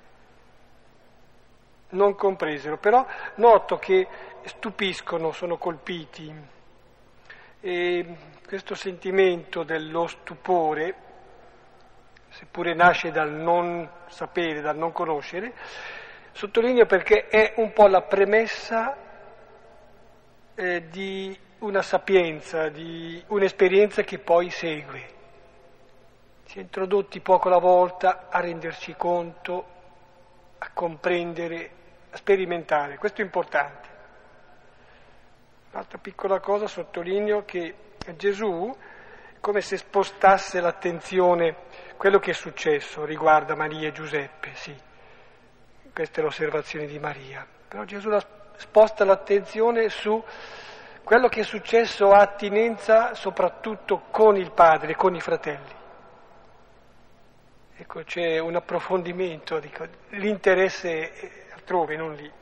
Non compresero, però noto che stupiscono, sono colpiti, e questo sentimento dello stupore, seppure nasce dal non sapere, dal non conoscere, sottolineo perché è un po' la premessa di una sapienza, di un'esperienza che poi segue. Si è introdotti poco alla volta a renderci conto, a comprendere, a sperimentare. Questo è importante. Un'altra piccola cosa, sottolineo che Gesù, come se spostasse l'attenzione, quello che è successo riguarda Maria e Giuseppe, sì, questa è l'osservazione di Maria, però Gesù sposta l'attenzione su quello che è successo, ha attinenza soprattutto con il padre, con i fratelli. Ecco, c'è un approfondimento, dico, l'interesse è altrove, non lì.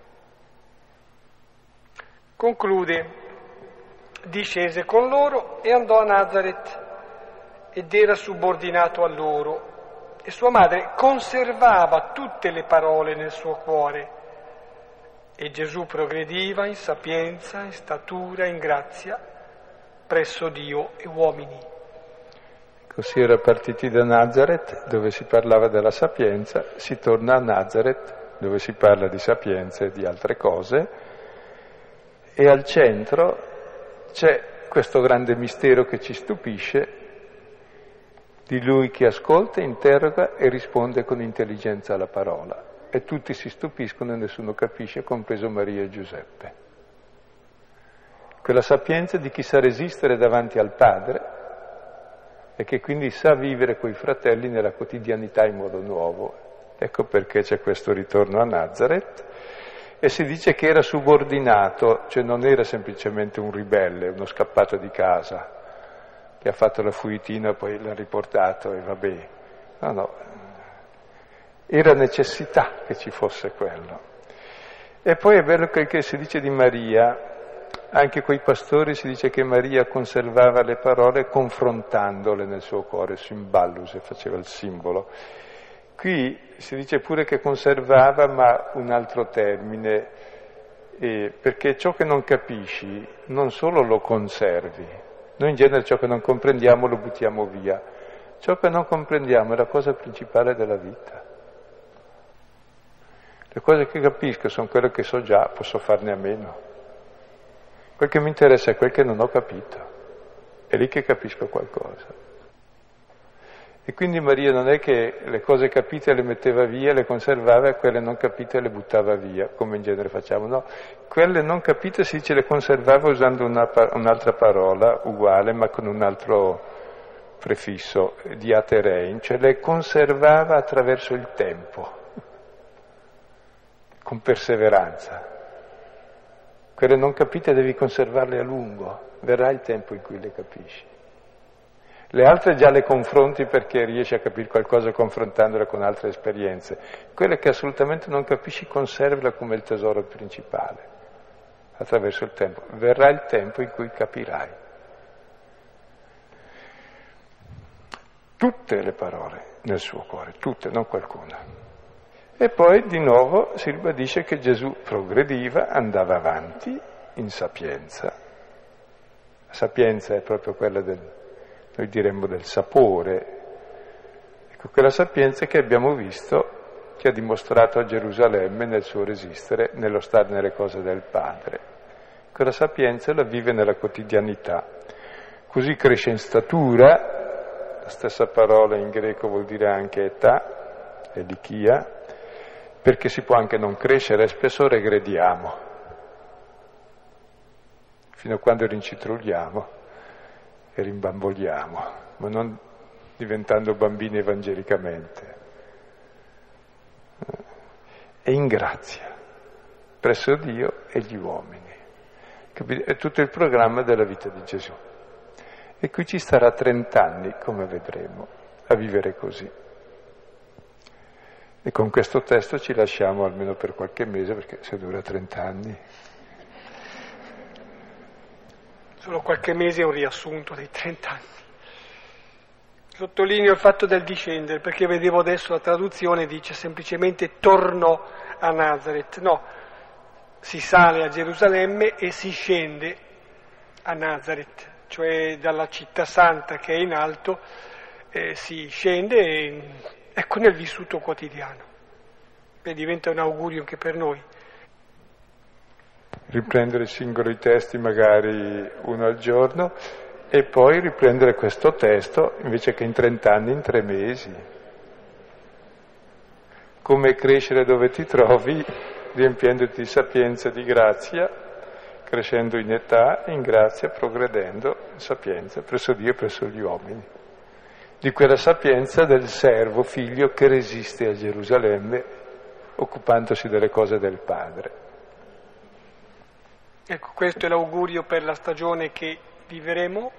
Conclude, discese con loro e andò a Nazaret ed era subordinato a loro e sua madre conservava tutte le parole nel suo cuore e Gesù progrediva in sapienza, in statura, in grazia presso Dio e uomini. Così era partiti da Nazaret, dove si parlava della sapienza, si torna a Nazaret, dove si parla di sapienza e di altre cose, e al centro c'è questo grande mistero che ci stupisce, di lui che ascolta, interroga e risponde con intelligenza alla parola. E tutti si stupiscono e nessuno capisce, compreso Maria e Giuseppe. Quella sapienza di chi sa resistere davanti al Padre e che quindi sa vivere coi fratelli nella quotidianità in modo nuovo. Ecco perché c'è questo ritorno a Nazaret. E si dice che era subordinato, cioè non era semplicemente un ribelle, uno scappato di casa, che ha fatto la fuitina, poi l'ha riportato e vabbè. No, era necessità che ci fosse quello. E poi è bello quel che si dice di Maria, anche coi pastori si dice che Maria conservava le parole confrontandole nel suo cuore, simballus, faceva il simbolo. Qui si dice pure che conservava, ma un altro termine, perché ciò che non capisci non solo lo conservi, noi in genere ciò che non comprendiamo lo buttiamo via, ciò che non comprendiamo è la cosa principale della vita. Le cose che capisco sono quelle che so già, posso farne a meno. Quel che mi interessa è quel che non ho capito, è lì che capisco qualcosa. E quindi Maria non è che le cose capite le metteva via, le conservava e quelle non capite le buttava via, come in genere facciamo, no? Quelle non capite si dice le conservava usando un'altra parola uguale ma con un altro prefisso, diaterein, cioè le conservava attraverso il tempo, con perseveranza. Quelle non capite devi conservarle a lungo, verrà il tempo in cui le capisci. Le altre già le confronti perché riesci a capire qualcosa confrontandole con altre esperienze. Quelle che assolutamente non capisci, conservala come il tesoro principale, attraverso il tempo. Verrà il tempo in cui capirai. Tutte le parole nel suo cuore, tutte, non qualcuna. E poi di nuovo si ribadisce che Gesù progrediva, andava avanti in sapienza. La sapienza è proprio quella noi diremmo del sapore. Ecco, quella sapienza che abbiamo visto che ha dimostrato a Gerusalemme nel suo resistere, nello stare nelle cose del Padre. Quella sapienza la vive nella quotidianità. Così cresce in statura, la stessa parola in greco vuol dire anche età, elichia, perché si può anche non crescere, e spesso regrediamo, fino a quando rincitrugliamo e rimbamboliamo, ma non diventando bambini evangelicamente. E in grazia, presso Dio e gli uomini. È tutto il programma della vita di Gesù. E qui ci starà 30 anni, come vedremo, a vivere così. E con questo testo ci lasciamo almeno per qualche mese, perché se dura 30 anni. Solo qualche mese è un riassunto dei 30 anni. Sottolineo il fatto del discendere, perché vedevo adesso la traduzione dice semplicemente tornò a Nazareth. No, si sale a Gerusalemme e si scende a Nazareth, cioè dalla città santa che è in alto, si scende e ecco nel vissuto quotidiano. E diventa un augurio anche per noi. Riprendere singoli testi, magari uno al giorno, e poi riprendere questo testo invece che in 30 anni, in 3 mesi. Come crescere dove ti trovi, riempiendoti di sapienza e di grazia, crescendo in età, in grazia, progredendo in sapienza presso Dio e presso gli uomini. Di quella sapienza del servo, figlio, che resiste a Gerusalemme, occupandosi delle cose del Padre. Ecco, questo è l'augurio per la stagione che viveremo.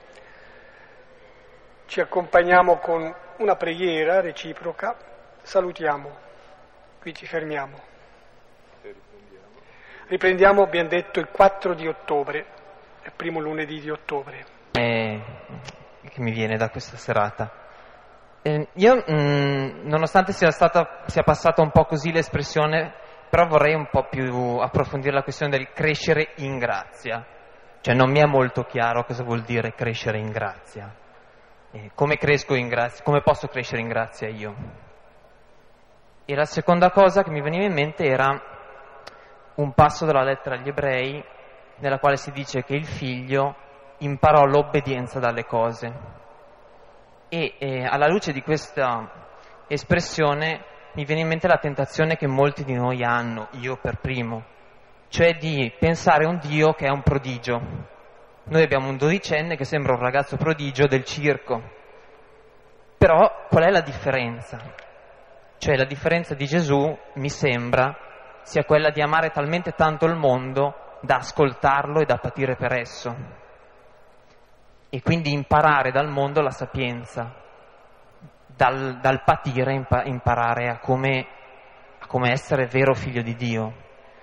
Ci accompagniamo con una preghiera reciproca, salutiamo, qui ci fermiamo. Riprendiamo, abbiamo detto, il 4 di ottobre, il primo lunedì di ottobre. Che mi viene da questa serata. Io, nonostante sia passata un po' così l'espressione, però vorrei un po' più approfondire la questione del crescere in grazia. Cioè non mi è molto chiaro cosa vuol dire crescere in grazia. Come cresco in grazia? Come posso crescere in grazia io? E la seconda cosa che mi veniva in mente era un passo della lettera agli Ebrei, nella quale si dice che il figlio imparò l'obbedienza dalle cose. E alla luce di questa espressione mi viene in mente la tentazione che molti di noi hanno, io per primo, cioè di pensare a un Dio che è un prodigio. Noi abbiamo un 12enne che sembra un ragazzo prodigio del circo. Però qual è la differenza? Cioè la differenza di Gesù, mi sembra, sia quella di amare talmente tanto il mondo da ascoltarlo e da patire per esso. E quindi imparare dal mondo la sapienza, dal patire imparare a come essere vero figlio di Dio.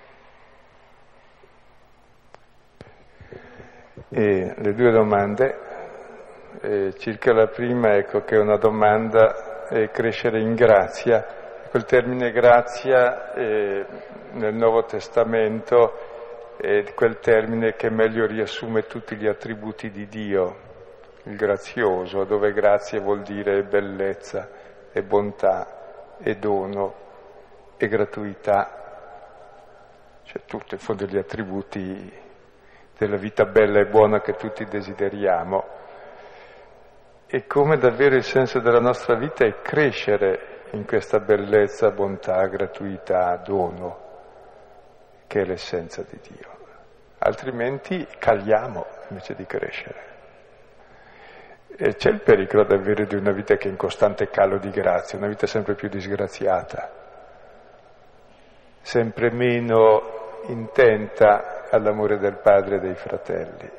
E le due domande, circa la prima, ecco che è una domanda, crescere in grazia. Quel termine grazia nel Nuovo Testamento è quel termine che meglio riassume tutti gli attributi di Dio, il grazioso, dove grazia vuol dire bellezza, e bontà, e dono, e gratuità, cioè tutto in fondo gli attributi della vita bella e buona che tutti desideriamo. E come davvero il senso della nostra vita è crescere in questa bellezza, bontà, gratuità, dono, che è l'essenza di Dio. Altrimenti caliamo invece di crescere. E c'è il pericolo davvero di una vita che è in costante calo di grazia, una vita sempre più disgraziata, sempre meno intenta all'amore del Padre e dei fratelli.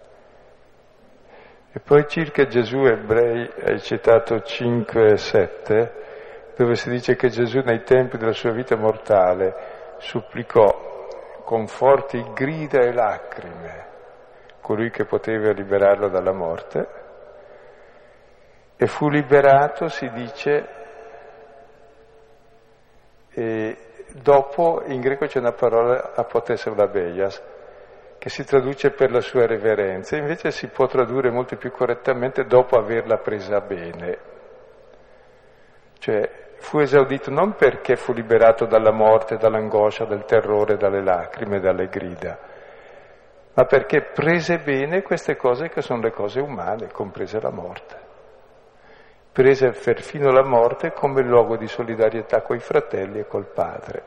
E poi circa Gesù, Ebrei, hai citato 5 e 7, dove si dice che Gesù nei tempi della sua vita mortale supplicò con forti grida e lacrime colui che poteva liberarlo dalla morte, e fu liberato, si dice, e dopo in greco c'è una parola apoteseulabeias, che si traduce per la sua reverenza, invece si può tradurre molto più correttamente dopo averla presa bene, cioè fu esaudito non perché fu liberato dalla morte, dall'angoscia, dal terrore, dalle lacrime, dalle grida, ma perché prese bene queste cose che sono le cose umane, comprese la morte. Prese perfino la morte come luogo di solidarietà coi fratelli e col Padre.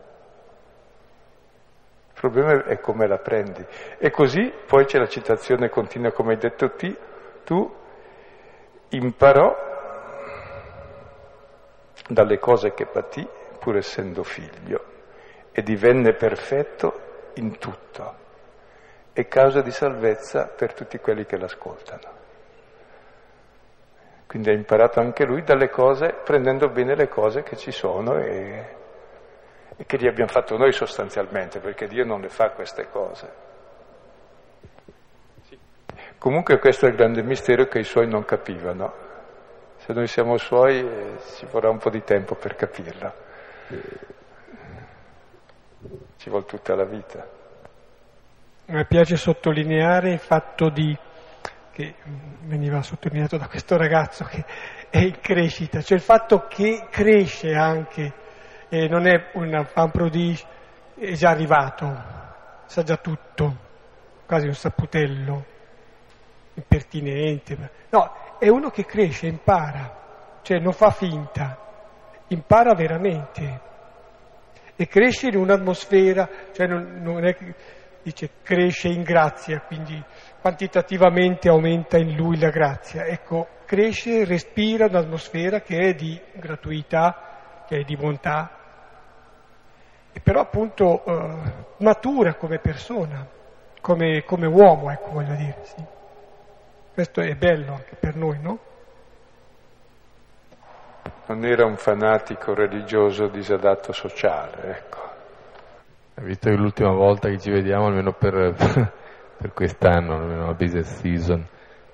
Il problema è come la prendi. E così poi c'è la citazione continua, come hai detto tu, imparò dalle cose che patì, pur essendo figlio, e divenne perfetto in tutto, e causa di salvezza per tutti quelli che l'ascoltano. Quindi ha imparato anche lui dalle cose, prendendo bene le cose che ci sono e che gli abbiamo fatto noi sostanzialmente, perché Dio non le fa queste cose. Sì. Comunque questo è il grande mistero che i suoi non capivano. Se noi siamo suoi ci vorrà un po' di tempo per capirlo. Ci vuole tutta la vita. Mi piace sottolineare il fatto che veniva sottolineato da questo ragazzo che è in crescita, cioè il fatto che cresce anche, non è un fan prodigio, è già arrivato, sa già tutto, quasi un saputello, impertinente. No, è uno che cresce, impara, cioè non fa finta, impara veramente e cresce in un'atmosfera, cioè non è che dice cresce in grazia, quindi quantitativamente aumenta in lui la grazia. Ecco, cresce, respira un'atmosfera che è di gratuità, che è di bontà, e però appunto matura come persona, come uomo, ecco, voglio dire, sì. Questo è bello anche per noi, no? Non era un fanatico religioso disadatto sociale, ecco. Visto che l'ultima volta che ci vediamo, almeno per quest'anno, almeno la business season,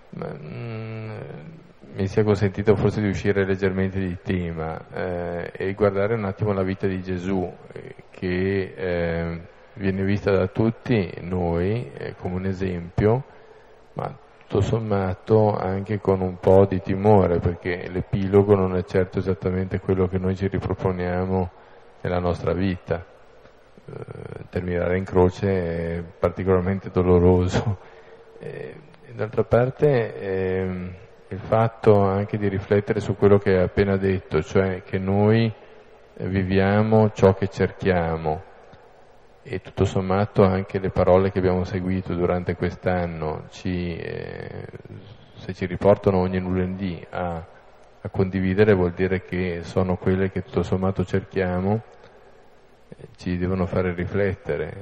mi sia consentito forse di uscire leggermente di tema e guardare un attimo la vita di Gesù, che viene vista da tutti noi come un esempio, ma tutto sommato anche con un po' di timore, perché l'epilogo non è certo esattamente quello che noi ci riproponiamo nella nostra vita. Terminare in croce è particolarmente doloroso. D'altra parte il fatto anche di riflettere su quello che hai appena detto, cioè che noi viviamo ciò che cerchiamo, e tutto sommato anche le parole che abbiamo seguito durante quest'anno se ci riportano ogni lunedì a condividere, vuol dire che sono quelle che tutto sommato cerchiamo, ci devono fare riflettere,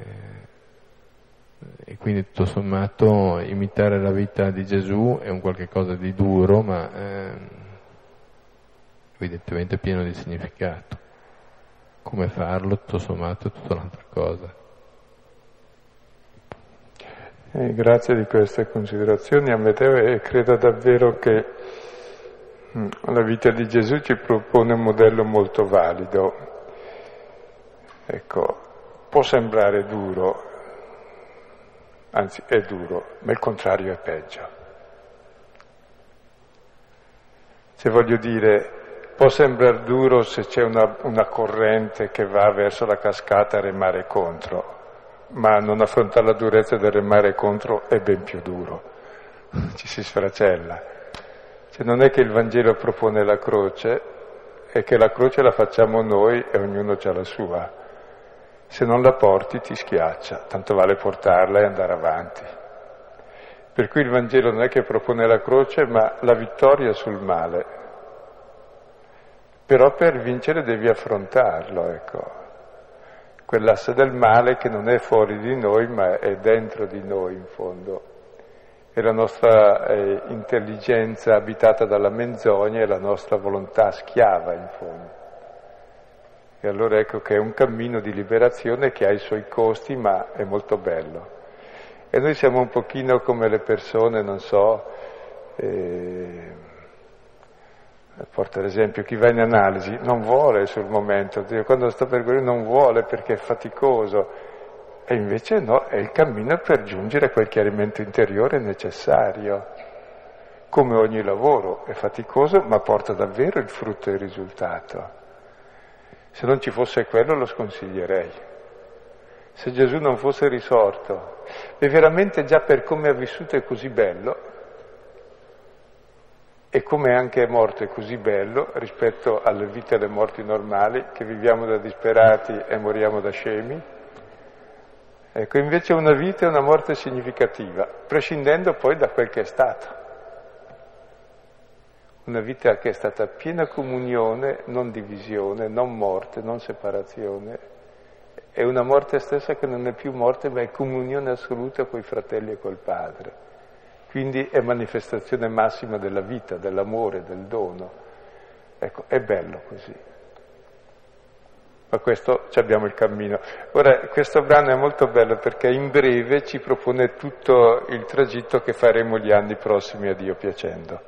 e quindi tutto sommato imitare la vita di Gesù è un qualche cosa di duro, ma evidentemente pieno di significato. Come farlo, tutto sommato, è tutta un'altra cosa. Grazie di queste considerazioni, Amedeo, e credo davvero che la vita di Gesù ci propone un modello molto valido. Ecco, può sembrare duro, anzi è duro, ma il contrario è peggio. Se voglio dire, può sembrare duro se c'è una corrente che va verso la cascata a remare contro, ma non affrontare la durezza del remare contro è ben più duro, ci si sfracella. Cioè, non è che il Vangelo propone la croce, è che la croce la facciamo noi e ognuno ha la sua. Se non la porti ti schiaccia, tanto vale portarla e andare avanti. Per cui il Vangelo non è che propone la croce, ma la vittoria sul male. Però per vincere devi affrontarlo, ecco. Quell'asse del male che non è fuori di noi, ma è dentro di noi in fondo. È la nostra intelligenza abitata dalla menzogna e la nostra volontà schiava in fondo. E allora ecco che è un cammino di liberazione che ha i suoi costi, ma è molto bello. E noi siamo un pochino come le persone, non so, porto l'esempio, chi va in analisi non vuole sul momento, quando sta per guarire non vuole perché è faticoso, e invece no, è il cammino per giungere a quel chiarimento interiore necessario. Come ogni lavoro è faticoso, ma porta davvero il frutto e il risultato. Se non ci fosse quello lo sconsiglierei. Se Gesù non fosse risorto, e veramente già per come ha vissuto è così bello, e come anche è morto è così bello rispetto alle vite e alle morti normali, che viviamo da disperati e moriamo da scemi. Ecco, invece una vita e una morte significativa, prescindendo poi da quel che è stato. Una vita che è stata piena comunione, non divisione, non morte, non separazione. È una morte stessa che non è più morte, ma è comunione assoluta coi fratelli e col Padre. Quindi è manifestazione massima della vita, dell'amore, del dono. Ecco, è bello così. Ma questo ci abbiamo il cammino. Ora, questo brano è molto bello perché in breve ci propone tutto il tragitto che faremo gli anni prossimi a Dio piacendo.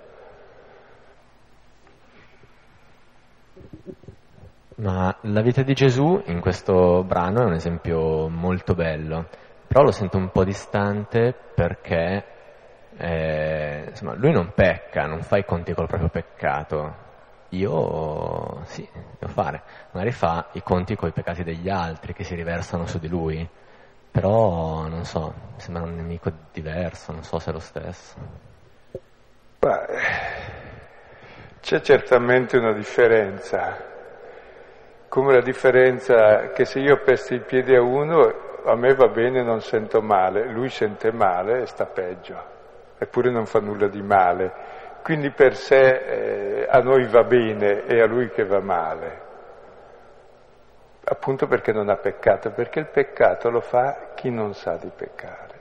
Ma la vita di Gesù in questo brano è un esempio molto bello, però lo sento un po' distante perché insomma, lui non pecca, non fa i conti col proprio peccato. Io sì, devo fare, magari fa i conti coi peccati degli altri che si riversano su di lui, però non so, mi sembra un nemico diverso, non so se è lo stesso. Beh, c'è certamente una differenza. Come la differenza che se io pesto i piedi a uno, a me va bene, non sento male, lui sente male e sta peggio, eppure non fa nulla di male. Quindi per sé a noi va bene e a lui che va male, appunto perché non ha peccato, perché il peccato lo fa chi non sa di peccare.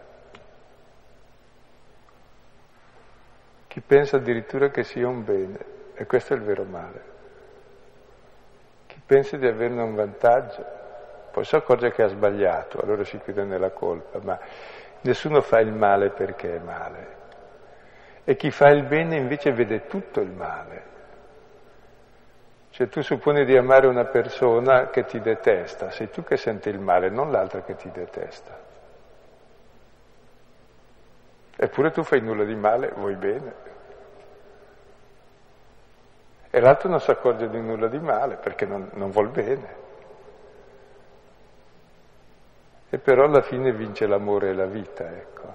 Chi pensa addirittura che sia un bene, e questo è il vero male. Pensa di averne un vantaggio, poi si accorge che ha sbagliato, allora si chiude nella colpa, ma nessuno fa il male perché è male. E chi fa il bene invece vede tutto il male. Cioè tu supponi di amare una persona che ti detesta, sei tu che senti il male, non l'altra che ti detesta. Eppure tu fai nulla di male, vuoi bene. E l'altro non si accorge di nulla di male perché non vuol bene. E però alla fine vince l'amore e la vita, ecco.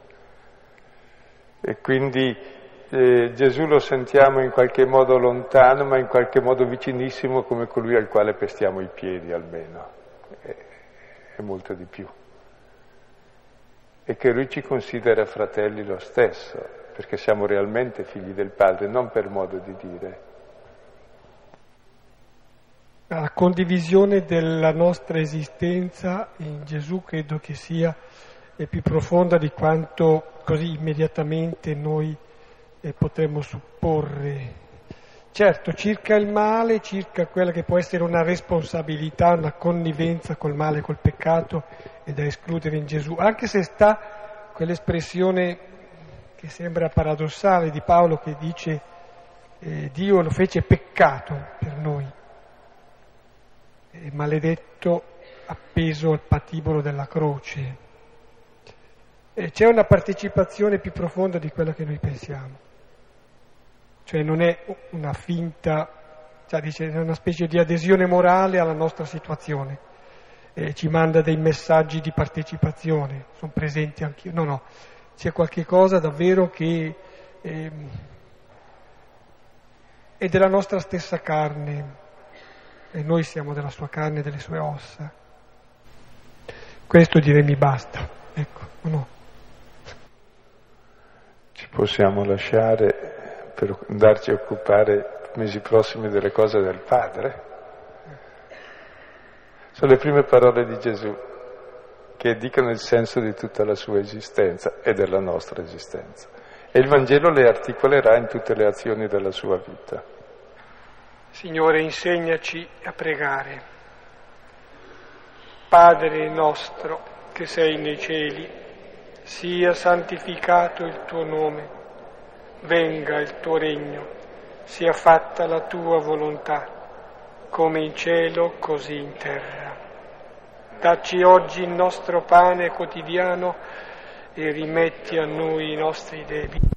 E quindi Gesù lo sentiamo in qualche modo lontano, ma in qualche modo vicinissimo, come colui al quale pestiamo i piedi almeno. E molto di più. E che lui ci considera fratelli lo stesso, perché siamo realmente figli del Padre, non per modo di dire. La condivisione della nostra esistenza in Gesù credo che sia più profonda di quanto così immediatamente noi potremmo supporre. Certo, circa il male, circa quella che può essere una responsabilità, una connivenza col male, col peccato, è da escludere in Gesù, anche se sta quell'espressione che sembra paradossale di Paolo che dice Dio lo fece peccato per noi. Maledetto appeso al patibolo della croce. C'è una partecipazione più profonda di quella che noi pensiamo, cioè non è una finta, cioè dice, è una specie di adesione morale alla nostra situazione, ci manda dei messaggi di partecipazione, sono presenti anch'io, no, c'è qualche cosa davvero che è della nostra stessa carne. E noi siamo della sua carne e delle sue ossa. Questo direi mi basta, ecco, no? Ci possiamo lasciare per andarci a occupare mesi prossimi delle cose del Padre? Sono le prime parole di Gesù che dicono il senso di tutta la sua esistenza e della nostra esistenza. E il Vangelo le articolerà in tutte le azioni della sua vita. Signore, insegnaci a pregare. Padre nostro che sei nei cieli, sia santificato il tuo nome, venga il tuo regno, sia fatta la tua volontà, come in cielo così in terra. Dacci oggi il nostro pane quotidiano e rimetti a noi i nostri debiti,